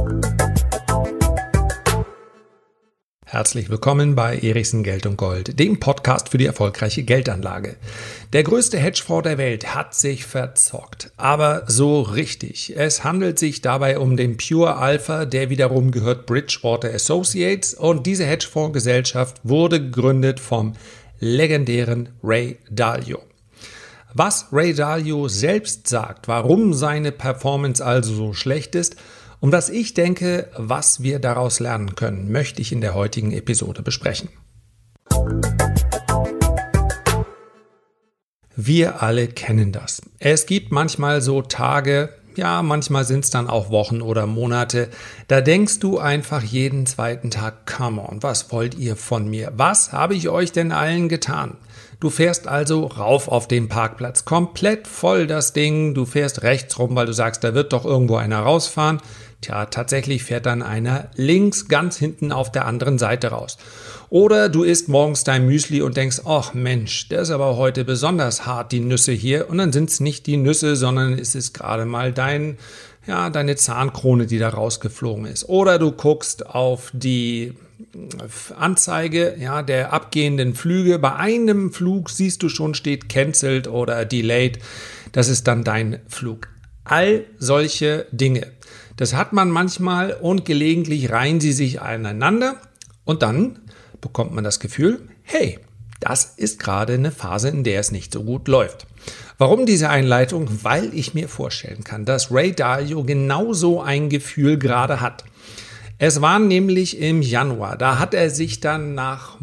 Herzlich willkommen bei Erichsen Geld und Gold, dem Podcast für die erfolgreiche Geldanlage. Der größte Hedgefonds der Welt hat sich verzockt, aber so richtig. Es handelt sich dabei um den Pure Alpha, der wiederum gehört Bridgewater Associates, und diese Hedgefondsgesellschaft wurde gegründet vom legendären Ray Dalio. Was Ray Dalio selbst sagt, warum seine Performance also so schlecht ist, und was ich denke, was wir daraus lernen können, möchte ich in der heutigen Episode besprechen. Wir alle kennen das. Es gibt manchmal so Tage, ja, manchmal sind es dann auch Wochen oder Monate, da denkst du einfach jeden zweiten Tag, come on, was wollt ihr von mir? Was habe ich euch denn allen getan? Du fährst also rauf auf den Parkplatz, komplett voll das Ding, du fährst rechts rum, weil du sagst, da wird doch irgendwo einer rausfahren. Tja, tatsächlich fährt dann einer links ganz hinten auf der anderen Seite raus. Oder du isst morgens dein Müsli und denkst, ach Mensch, der ist aber heute besonders hart, die Nüsse hier. Und dann sind es nicht die Nüsse, sondern es ist gerade mal deine Zahnkrone, die da rausgeflogen ist. Oder du guckst auf die Anzeige der abgehenden Flüge. Bei einem Flug siehst du schon, steht cancelled oder delayed. Das ist dann dein Flug. All solche Dinge. Das hat man manchmal und gelegentlich reihen sie sich aneinander und dann bekommt man das Gefühl, hey, das ist gerade eine Phase, in der es nicht so gut läuft. Warum diese Einleitung? Weil ich mir vorstellen kann, dass Ray Dalio genauso ein Gefühl gerade hat. Es war nämlich im Januar, da hat er sich dann nach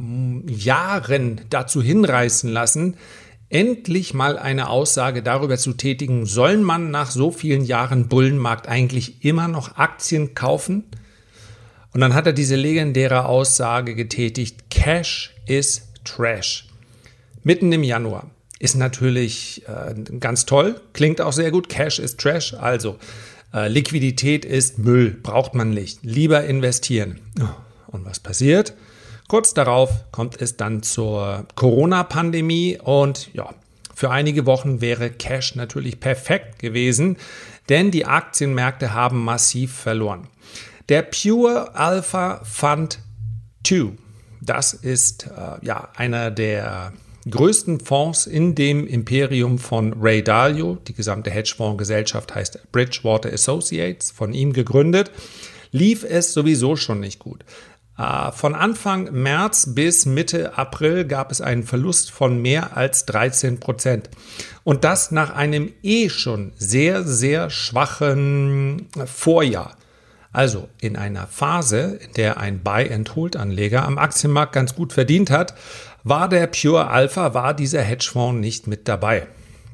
Jahren dazu hinreißen lassen, endlich mal eine Aussage darüber zu tätigen, soll man nach so vielen Jahren Bullenmarkt eigentlich immer noch Aktien kaufen? Und dann hat er diese legendäre Aussage getätigt, Cash is Trash. Mitten im Januar. Ist natürlich ganz toll, klingt auch sehr gut, Cash is Trash, also Liquidität ist Müll, braucht man nicht, lieber investieren. Und was passiert? Kurz darauf kommt es dann zur Corona-Pandemie und für einige Wochen wäre Cash natürlich perfekt gewesen, denn die Aktienmärkte haben massiv verloren. Der Pure Alpha Fund 2, das ist einer der größten Fonds in dem Imperium von Ray Dalio. Die gesamte Hedgefondsgesellschaft heißt Bridgewater Associates, von ihm gegründet, lief es sowieso schon nicht gut. Von Anfang März bis Mitte April gab es einen Verlust von mehr als 13%. Und das nach einem schon sehr, sehr schwachen Vorjahr. Also in einer Phase, in der ein Buy-and-Hold-Anleger am Aktienmarkt ganz gut verdient hat, war der Pure Alpha, war dieser Hedgefonds nicht mit dabei.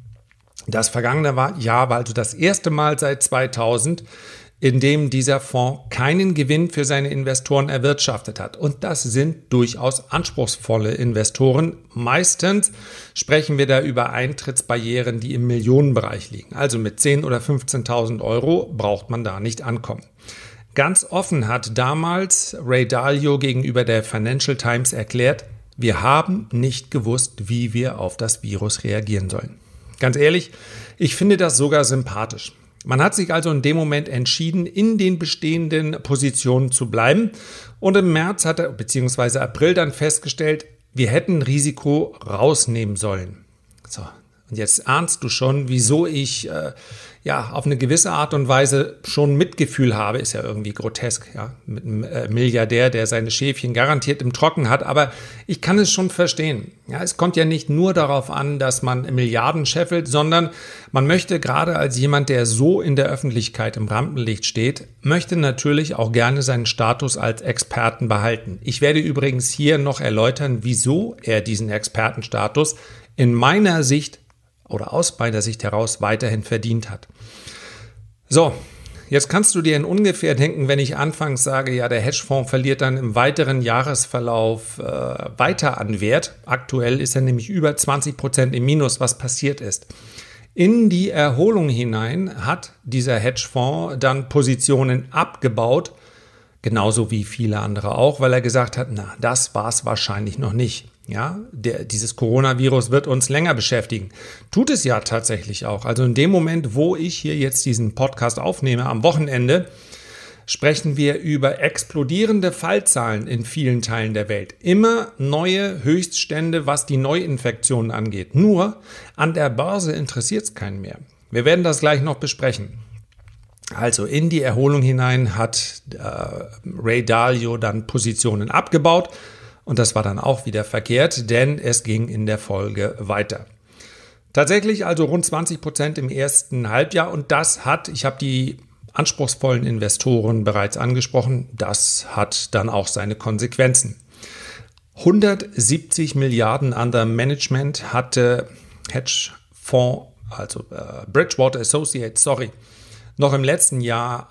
Das vergangene Jahr war also das erste Mal seit 2000, in dem dieser Fonds keinen Gewinn für seine Investoren erwirtschaftet hat. Und das sind durchaus anspruchsvolle Investoren. Meistens sprechen wir da über Eintrittsbarrieren, die im Millionenbereich liegen. Also mit 10.000 oder 15.000 Euro braucht man da nicht ankommen. Ganz offen hat damals Ray Dalio gegenüber der Financial Times erklärt, wir haben nicht gewusst, wie wir auf das Virus reagieren sollen. Ganz ehrlich, ich finde das sogar sympathisch. Man hat sich also in dem Moment entschieden, in den bestehenden Positionen zu bleiben. Und im März hat er, beziehungsweise April dann festgestellt, wir hätten Risiko rausnehmen sollen. So, und jetzt ahnst du schon, wieso ich auf eine gewisse Art und Weise schon Mitgefühl habe. Ist ja irgendwie grotesk, mit einem Milliardär, der seine Schäfchen garantiert im Trocken hat. Aber ich kann es schon verstehen. Ja, es kommt ja nicht nur darauf an, dass man Milliarden scheffelt, sondern man möchte gerade als jemand, der so in der Öffentlichkeit im Rampenlicht steht, möchte natürlich auch gerne seinen Status als Experten behalten. Ich werde übrigens hier noch erläutern, wieso er diesen Expertenstatus in meiner Sicht oder aus meiner Sicht heraus weiterhin verdient hat. So, jetzt kannst du dir in ungefähr denken, wenn ich anfangs sage, der Hedgefonds verliert dann im weiteren Jahresverlauf weiter an Wert. Aktuell ist er nämlich über 20% im Minus, was passiert ist. In die Erholung hinein hat dieser Hedgefonds dann Positionen abgebaut, genauso wie viele andere auch, weil er gesagt hat, das war es wahrscheinlich noch nicht. Ja, dieses Coronavirus wird uns länger beschäftigen. Tut es ja tatsächlich auch. Also in dem Moment, wo ich hier jetzt diesen Podcast aufnehme, am Wochenende, sprechen wir über explodierende Fallzahlen in vielen Teilen der Welt. Immer neue Höchststände, was die Neuinfektionen angeht. Nur an der Börse interessiert es keinen mehr. Wir werden das gleich noch besprechen. Also in die Erholung hinein hat Ray Dalio dann Positionen abgebaut und das war dann auch wieder verkehrt, denn es ging in der Folge weiter. Tatsächlich also rund 20% im ersten Halbjahr und das hat, ich habe die anspruchsvollen Investoren bereits angesprochen, das hat dann auch seine Konsequenzen. 170 Milliarden under Management hatte Hedgefonds, also Bridgewater Associates, noch im letzten Jahr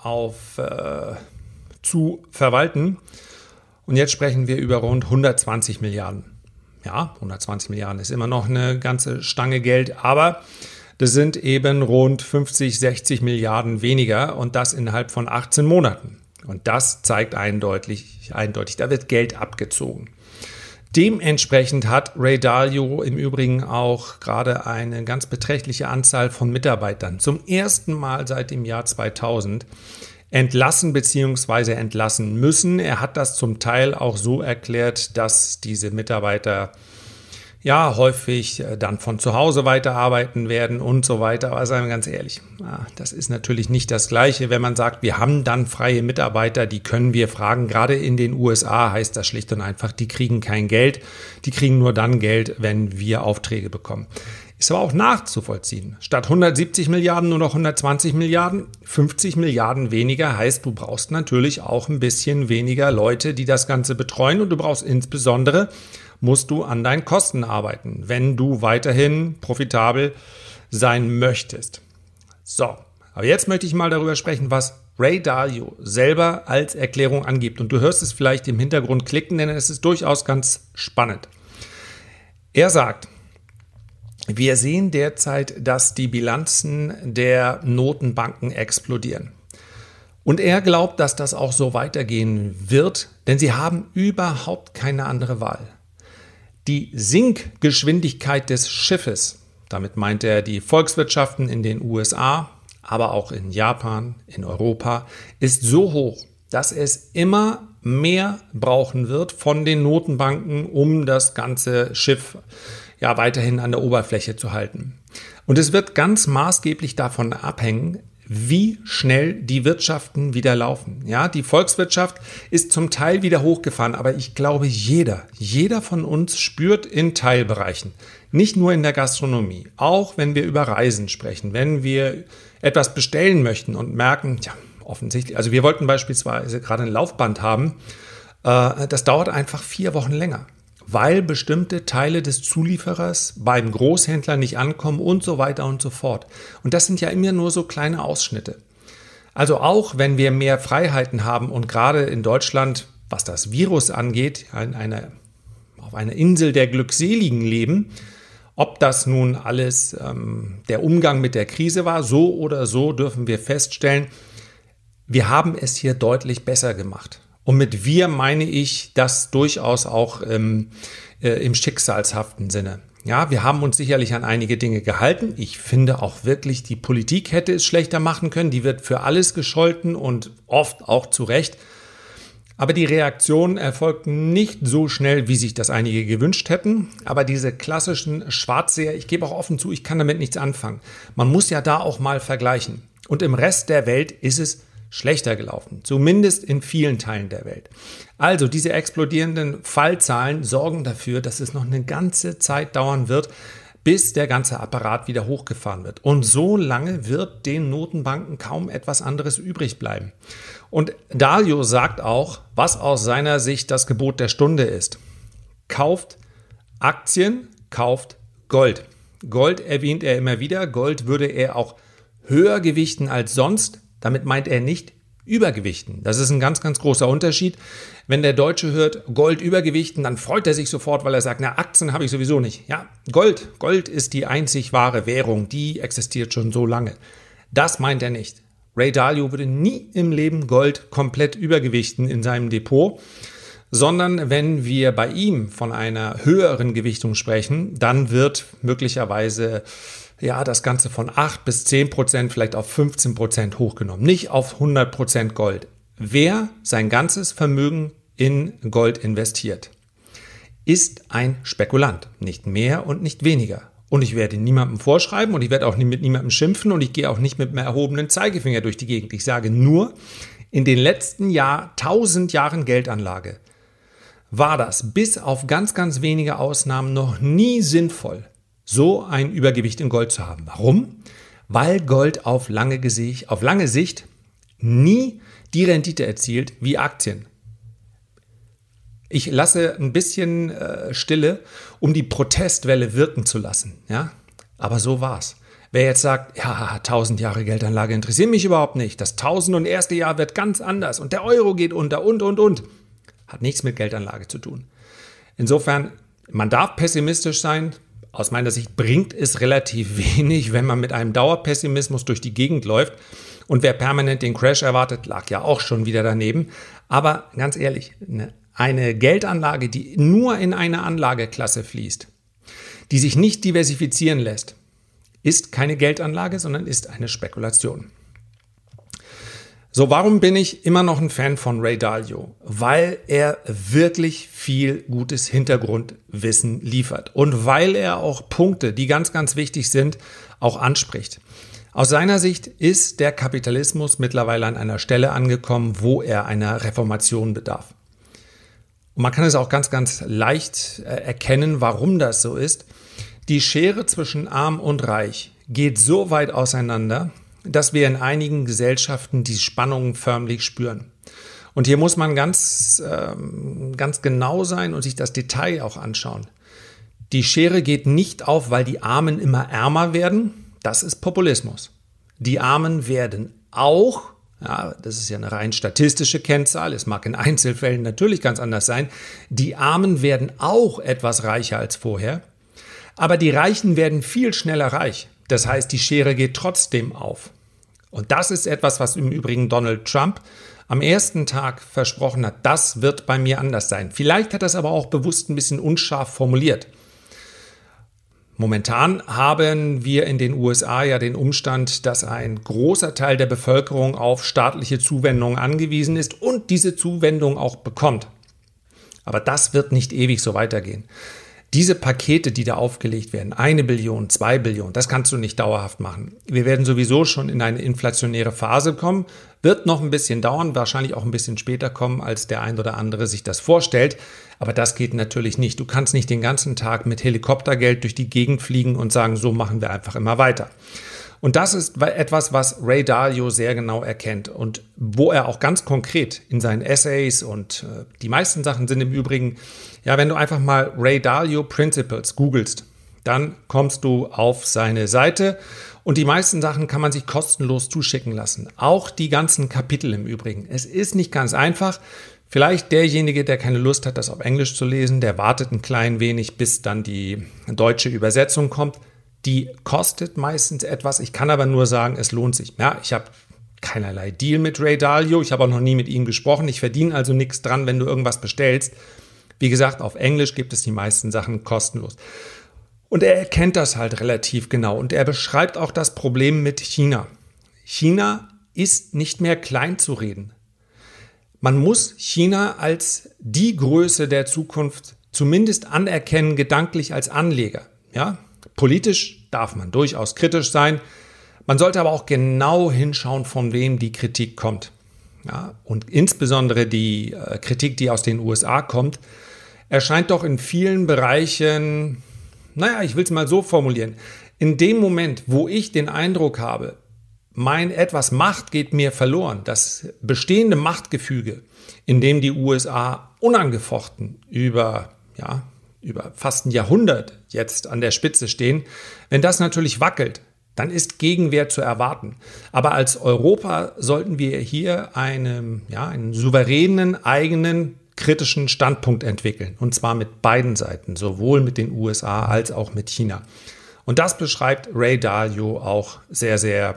zu verwalten. Und jetzt sprechen wir über rund 120 Milliarden. Ja, 120 Milliarden ist immer noch eine ganze Stange Geld, aber das sind eben rund 50, 60 Milliarden weniger und das innerhalb von 18 Monaten. Und das zeigt eindeutig, da wird Geld abgezogen. Dementsprechend hat Ray Dalio im Übrigen auch gerade eine ganz beträchtliche Anzahl von Mitarbeitern zum ersten Mal seit dem Jahr 2000 entlassen bzw. entlassen müssen. Er hat das zum Teil auch so erklärt, dass diese Mitarbeiter ja häufig dann von zu Hause weiterarbeiten werden und so weiter. Aber seien wir ganz ehrlich, das ist natürlich nicht das Gleiche, wenn man sagt, wir haben dann freie Mitarbeiter, die können wir fragen. Gerade in den USA heißt das schlicht und einfach, die kriegen kein Geld. Die kriegen nur dann Geld, wenn wir Aufträge bekommen. Ist aber auch nachzuvollziehen. Statt 170 Milliarden nur noch 120 Milliarden, 50 Milliarden weniger heißt, du brauchst natürlich auch ein bisschen weniger Leute, die das Ganze betreuen und du brauchst insbesondere musst du an deinen Kosten arbeiten, wenn du weiterhin profitabel sein möchtest. So, aber jetzt möchte ich mal darüber sprechen, was Ray Dalio selber als Erklärung angibt. Und du hörst es vielleicht im Hintergrund klicken, denn es ist durchaus ganz spannend. Er sagt, wir sehen derzeit, dass die Bilanzen der Notenbanken explodieren. Und er glaubt, dass das auch so weitergehen wird, denn sie haben überhaupt keine andere Wahl. Die Sinkgeschwindigkeit des Schiffes, damit meint er die Volkswirtschaften in den USA, aber auch in Japan, in Europa, ist so hoch, dass es immer mehr brauchen wird von den Notenbanken, um das ganze Schiff ja weiterhin an der Oberfläche zu halten. Und es wird ganz maßgeblich davon abhängen, wie schnell die Wirtschaften wieder laufen. Ja, die Volkswirtschaft ist zum Teil wieder hochgefahren, aber ich glaube, jeder von uns spürt in Teilbereichen, nicht nur in der Gastronomie, auch wenn wir über Reisen sprechen, wenn wir etwas bestellen möchten und merken, ja, offensichtlich, also wir wollten beispielsweise gerade ein Laufband haben, das dauert einfach 4 Wochen länger, weil bestimmte Teile des Zulieferers beim Großhändler nicht ankommen und so weiter und so fort. Und das sind ja immer nur so kleine Ausschnitte. Also auch wenn wir mehr Freiheiten haben und gerade in Deutschland, was das Virus angeht, auf einer Insel der Glückseligen leben, ob das nun alles der Umgang mit der Krise war, so oder so dürfen wir feststellen, wir haben es hier deutlich besser gemacht. Und mit wir meine ich das durchaus auch im schicksalshaften Sinne. Ja, wir haben uns sicherlich an einige Dinge gehalten. Ich finde auch wirklich, die Politik hätte es schlechter machen können. Die wird für alles gescholten und oft auch zu Recht. Aber die Reaktionen erfolgten nicht so schnell, wie sich das einige gewünscht hätten. Aber diese klassischen Schwarzseher, ich gebe auch offen zu, ich kann damit nichts anfangen. Man muss ja da auch mal vergleichen. Und im Rest der Welt ist es schlechter gelaufen, zumindest in vielen Teilen der Welt. Also diese explodierenden Fallzahlen sorgen dafür, dass es noch eine ganze Zeit dauern wird, bis der ganze Apparat wieder hochgefahren wird. Und so lange wird den Notenbanken kaum etwas anderes übrig bleiben. Und Dalio sagt auch, was aus seiner Sicht das Gebot der Stunde ist. Kauft Aktien, kauft Gold. Gold erwähnt er immer wieder. Gold würde er auch höher gewichten als sonst. Damit meint er nicht übergewichten. Das ist ein ganz, ganz großer Unterschied. Wenn der Deutsche hört, Gold übergewichten, dann freut er sich sofort, weil er sagt, na, Aktien habe ich sowieso nicht. Ja, Gold ist die einzig wahre Währung, die existiert schon so lange. Das meint er nicht. Ray Dalio würde nie im Leben Gold komplett übergewichten in seinem Depot, sondern wenn wir bei ihm von einer höheren Gewichtung sprechen, dann wird möglicherweise das Ganze von 8 bis 10%, vielleicht auf 15% hochgenommen. Nicht auf 100% Gold. wer sein ganzes Vermögen in Gold investiert, ist ein Spekulant, nicht mehr und nicht weniger. Und ich werde niemandem vorschreiben und ich werde auch mit niemandem schimpfen und ich gehe auch nicht mit einem erhobenen Zeigefinger durch die Gegend. Ich sage nur, in den letzten 1000 Jahren Geldanlage war das bis auf ganz, ganz wenige Ausnahmen noch nie sinnvoll, so ein Übergewicht in Gold zu haben. Warum? Weil Gold auf lange Sicht nie die Rendite erzielt wie Aktien. Ich lasse ein bisschen Stille, um die Protestwelle wirken zu lassen. Ja? Aber so war's. Wer jetzt sagt, ja, 1000 Jahre Geldanlage interessieren mich überhaupt nicht. Das 1001. Jahr wird ganz anders und der Euro geht unter und. Hat nichts mit Geldanlage zu tun. Insofern, man darf pessimistisch sein. Aus meiner Sicht bringt es relativ wenig, wenn man mit einem Dauerpessimismus durch die Gegend läuft. Und wer permanent den Crash erwartet, lag ja auch schon wieder daneben. Aber ganz ehrlich, eine Geldanlage, die nur in eine Anlageklasse fließt, die sich nicht diversifizieren lässt, ist keine Geldanlage, sondern ist eine Spekulation. So, warum bin ich immer noch ein Fan von Ray Dalio? Weil er wirklich viel gutes Hintergrundwissen liefert und weil er auch Punkte, die ganz, ganz wichtig sind, auch anspricht. Aus seiner Sicht ist der Kapitalismus mittlerweile an einer Stelle angekommen, wo er einer Reformation bedarf. Und man kann es auch ganz, ganz leicht erkennen, warum das so ist. Die Schere zwischen Arm und Reich geht so weit auseinander, dass wir in einigen Gesellschaften die Spannungen förmlich spüren. Und hier muss man ganz genau sein und sich das Detail auch anschauen. Die Schere geht nicht auf, weil die Armen immer ärmer werden. Das ist Populismus. Die Armen werden auch, ja, das ist ja eine rein statistische Kennzahl, es mag in Einzelfällen natürlich ganz anders sein, die Armen werden auch etwas reicher als vorher, aber die Reichen werden viel schneller reich. Das heißt, die Schere geht trotzdem auf. Und das ist etwas, was im Übrigen Donald Trump am ersten Tag versprochen hat, das wird bei mir anders sein. Vielleicht hat er es aber auch bewusst ein bisschen unscharf formuliert. Momentan haben wir in den USA ja den Umstand, dass ein großer Teil der Bevölkerung auf staatliche Zuwendungen angewiesen ist und diese Zuwendung auch bekommt. Aber das wird nicht ewig so weitergehen. Diese Pakete, die da aufgelegt werden, 1 Billion, 2 Billionen, das kannst du nicht dauerhaft machen. Wir werden sowieso schon in eine inflationäre Phase kommen, wird noch ein bisschen dauern, wahrscheinlich auch ein bisschen später kommen, als der ein oder andere sich das vorstellt. Aber das geht natürlich nicht. Du kannst nicht den ganzen Tag mit Helikoptergeld durch die Gegend fliegen und sagen, so machen wir einfach immer weiter. Und das ist etwas, was Ray Dalio sehr genau erkennt und wo er auch ganz konkret in seinen Essays und die meisten Sachen sind im Übrigen, ja, wenn du einfach mal Ray Dalio Principles googelst, dann kommst du auf seine Seite und die meisten Sachen kann man sich kostenlos zuschicken lassen. Auch die ganzen Kapitel im Übrigen. Es ist nicht ganz einfach. Vielleicht derjenige, der keine Lust hat, das auf Englisch zu lesen, der wartet ein klein wenig, bis dann die deutsche Übersetzung kommt. Die kostet meistens etwas. Ich kann aber nur sagen, es lohnt sich. Ja, ich habe keinerlei Deal mit Ray Dalio. Ich habe auch noch nie mit ihm gesprochen. Ich verdiene also nichts dran, wenn du irgendwas bestellst. Wie gesagt, auf Englisch gibt es die meisten Sachen kostenlos. Und er erkennt das halt relativ genau. Und er beschreibt auch das Problem mit China. China ist nicht mehr klein zu reden. Man muss China als die Größe der Zukunft zumindest anerkennen, gedanklich als Anleger. Ja? Politisch darf man durchaus kritisch sein. Man sollte aber auch genau hinschauen, von wem die Kritik kommt. Ja? Und insbesondere die Kritik, die aus den USA kommt, erscheint doch in vielen Bereichen, naja, ich will es mal so formulieren, in dem Moment, wo ich den Eindruck habe, mein etwas Macht geht mir verloren, das bestehende Machtgefüge, in dem die USA unangefochten über fast ein Jahrhundert jetzt an der Spitze stehen, wenn das natürlich wackelt, dann ist Gegenwehr zu erwarten. Aber als Europa sollten wir hier einen souveränen, eigenen, kritischen Standpunkt entwickeln. Und zwar mit beiden Seiten, sowohl mit den USA als auch mit China. Und das beschreibt Ray Dalio auch sehr, sehr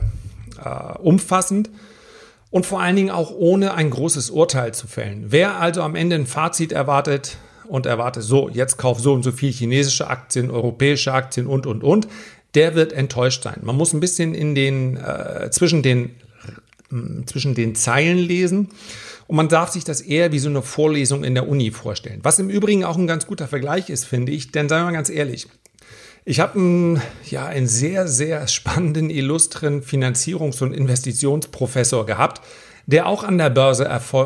umfassend und vor allen Dingen auch ohne ein großes Urteil zu fällen. Wer also am Ende ein Fazit erwartet, so, jetzt kauf so und so viel chinesische Aktien, europäische Aktien und, der wird enttäuscht sein. Man muss ein bisschen zwischen den Zeilen lesen Und man darf sich das eher wie so eine Vorlesung in der Uni vorstellen. Was im Übrigen auch ein ganz guter Vergleich ist, finde ich. Denn seien wir mal ganz ehrlich, ich habe einen sehr, sehr spannenden, illustren Finanzierungs- und Investitionsprofessor gehabt, der auch an der Börse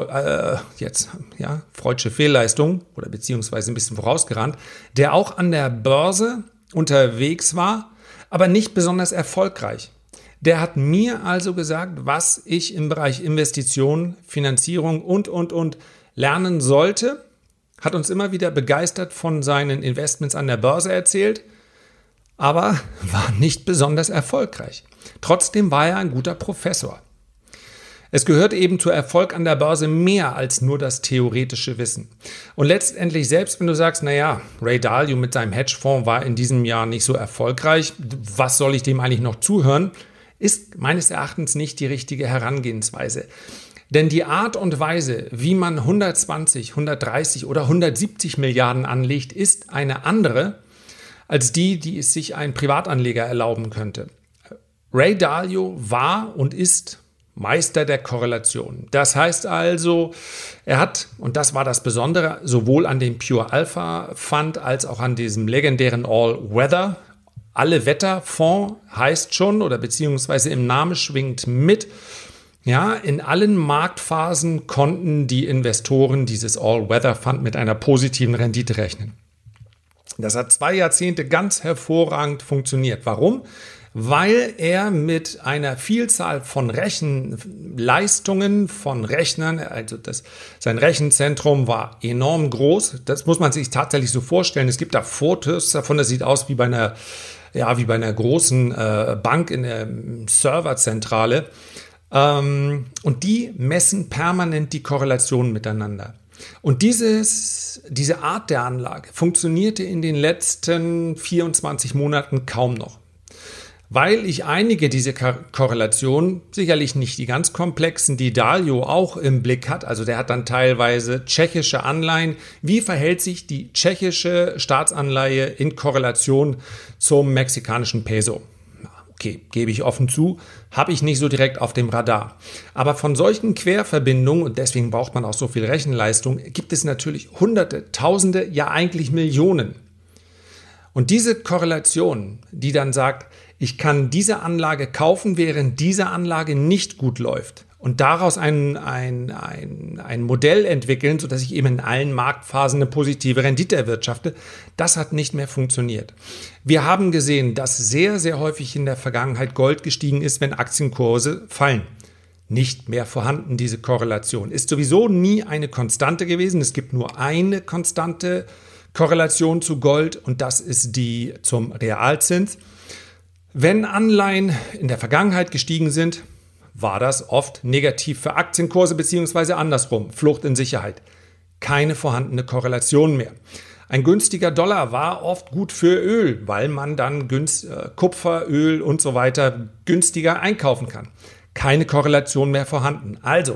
freudsche Fehlleistung oder beziehungsweise ein bisschen vorausgerannt, der auch an der Börse unterwegs war, aber nicht besonders erfolgreich. Der hat mir also gesagt, was ich im Bereich Investitionen, Finanzierung und lernen sollte, hat uns immer wieder begeistert von seinen Investments an der Börse erzählt, aber war nicht besonders erfolgreich. Trotzdem war er ein guter Professor. Es gehört eben zu Erfolg an der Börse mehr als nur das theoretische Wissen. Und letztendlich, selbst wenn du sagst, naja, Ray Dalio mit seinem Hedgefonds war in diesem Jahr nicht so erfolgreich, was soll ich dem eigentlich noch zuhören, ist meines Erachtens nicht die richtige Herangehensweise. Denn die Art und Weise, wie man 120, 130 oder 170 Milliarden anlegt, ist eine andere als die es sich ein Privatanleger erlauben könnte. Ray Dalio war und ist Meister der Korrelation. Das heißt also, er hat, und das war das Besondere, sowohl an dem Pure Alpha Fund als auch an diesem legendären All-Weather, Alle-Wetter-Fonds heißt schon oder beziehungsweise im Namen schwingt mit. Ja, in allen Marktphasen konnten die Investoren dieses All-Weather Fund mit einer positiven Rendite rechnen. Das hat 2 Jahrzehnte ganz hervorragend funktioniert. Warum? Weil er mit einer Vielzahl von Rechenleistungen, von Rechnern, also sein Rechenzentrum war enorm groß. Das muss man sich tatsächlich so vorstellen. Es gibt da Fotos davon, das sieht aus wie bei einer großen Bank in der Serverzentrale. Und die messen permanent die Korrelation miteinander. Und diese Art der Anlage funktionierte in den letzten 24 Monaten kaum noch. Weil ich einige dieser Korrelationen, sicherlich nicht die ganz komplexen, die Dalio auch im Blick hat, also der hat dann teilweise tschechische Anleihen. Wie verhält sich die tschechische Staatsanleihe in Korrelation zum mexikanischen Peso? Okay, gebe ich offen zu, habe ich nicht so direkt auf dem Radar. Aber von solchen Querverbindungen, und deswegen braucht man auch so viel Rechenleistung, gibt es natürlich Hunderte, Tausende, ja eigentlich Millionen. Und diese Korrelation, die dann sagt, ich kann diese Anlage kaufen, während diese Anlage nicht gut läuft und daraus ein Modell entwickeln, sodass ich eben in allen Marktphasen eine positive Rendite erwirtschafte, das hat nicht mehr funktioniert. Wir haben gesehen, dass sehr, sehr häufig in der Vergangenheit Gold gestiegen ist, wenn Aktienkurse fallen. Nicht mehr vorhanden, diese Korrelation. Ist sowieso nie eine Konstante gewesen. Es gibt nur eine konstante Korrelation zu Gold und das ist die zum Realzins. Wenn Anleihen in der Vergangenheit gestiegen sind, war das oft negativ für Aktienkurse beziehungsweise andersrum, Flucht in Sicherheit. Keine vorhandene Korrelation mehr. Ein günstiger Dollar war oft gut für Öl, weil man dann Kupfer, Öl und so weiter günstiger einkaufen kann. Keine Korrelation mehr vorhanden. Also,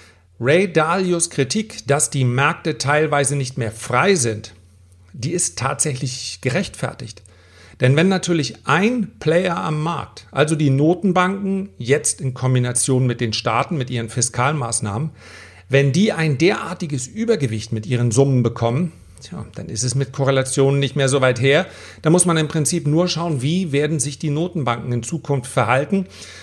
Ray Dalios Kritik, dass die Märkte teilweise nicht mehr frei sind, die ist tatsächlich gerechtfertigt. Denn wenn natürlich ein Player am Markt, also die Notenbanken, jetzt in Kombination mit den Staaten, mit ihren Fiskalmaßnahmen, wenn die ein derartiges Übergewicht mit ihren Summen bekommen, dann ist es mit Korrelationen nicht mehr so weit her. Da muss man im Prinzip nur schauen, wie werden sich die Notenbanken in Zukunft verhalten.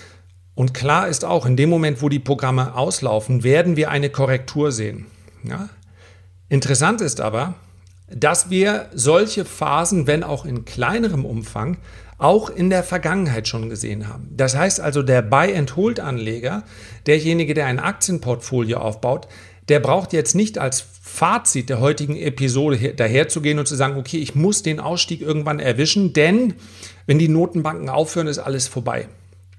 Und klar ist auch, in dem Moment, wo die Programme auslaufen, werden wir eine Korrektur sehen. Ja? Interessant ist aber, dass wir solche Phasen, wenn auch in kleinerem Umfang, auch in der Vergangenheit schon gesehen haben. Das heißt also, der Buy-and-Hold-Anleger, derjenige, der ein Aktienportfolio aufbaut, der braucht jetzt nicht als Fazit der heutigen Episode daherzugehen und zu sagen, okay, ich muss den Ausstieg irgendwann erwischen, denn wenn die Notenbanken aufhören, ist alles vorbei.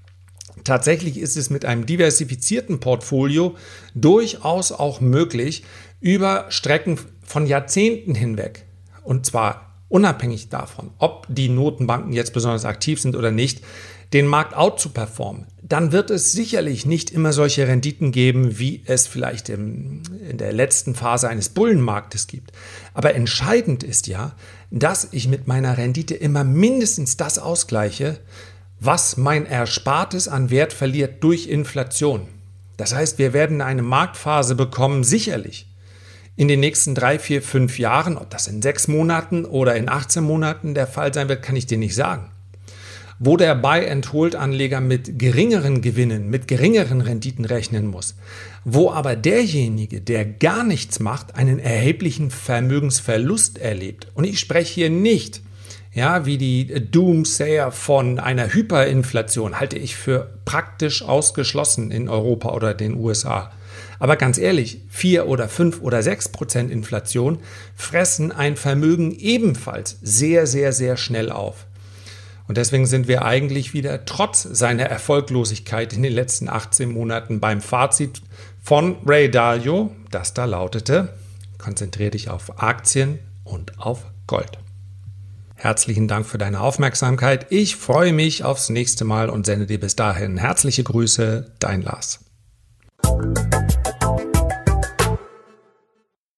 Tatsächlich ist es mit einem diversifizierten Portfolio durchaus auch möglich, über Strecken von Jahrzehnten hinweg, und zwar unabhängig davon, ob die Notenbanken jetzt besonders aktiv sind oder nicht, den Markt out zu performen, dann wird es sicherlich nicht immer solche Renditen geben, wie es vielleicht in der letzten Phase eines Bullenmarktes gibt. Aber entscheidend ist ja, dass ich mit meiner Rendite immer mindestens das ausgleiche, was mein Erspartes an Wert verliert durch Inflation. Das heißt, wir werden eine Marktphase bekommen, sicherlich in den nächsten 3, 4, 5 Jahren. Ob das in 6 Monaten oder in 18 Monaten der Fall sein wird, kann ich dir nicht sagen. Wo der Buy-and-Hold-Anleger mit geringeren Gewinnen, mit geringeren Renditen rechnen muss. Wo aber derjenige, der gar nichts macht, einen erheblichen Vermögensverlust erlebt. Und ich spreche hier nicht, wie die Doomsayer von einer Hyperinflation, halte ich für praktisch ausgeschlossen in Europa oder den USA. Aber ganz ehrlich, 4 oder 5 oder 6% Inflation fressen ein Vermögen ebenfalls sehr, sehr, sehr schnell auf. Und deswegen sind wir eigentlich wieder trotz seiner Erfolglosigkeit in den letzten 18 Monaten beim Fazit von Ray Dalio, das da lautete: Konzentriere dich auf Aktien und auf Gold. Herzlichen Dank für deine Aufmerksamkeit. Ich freue mich aufs nächste Mal und sende dir bis dahin herzliche Grüße, dein Lars.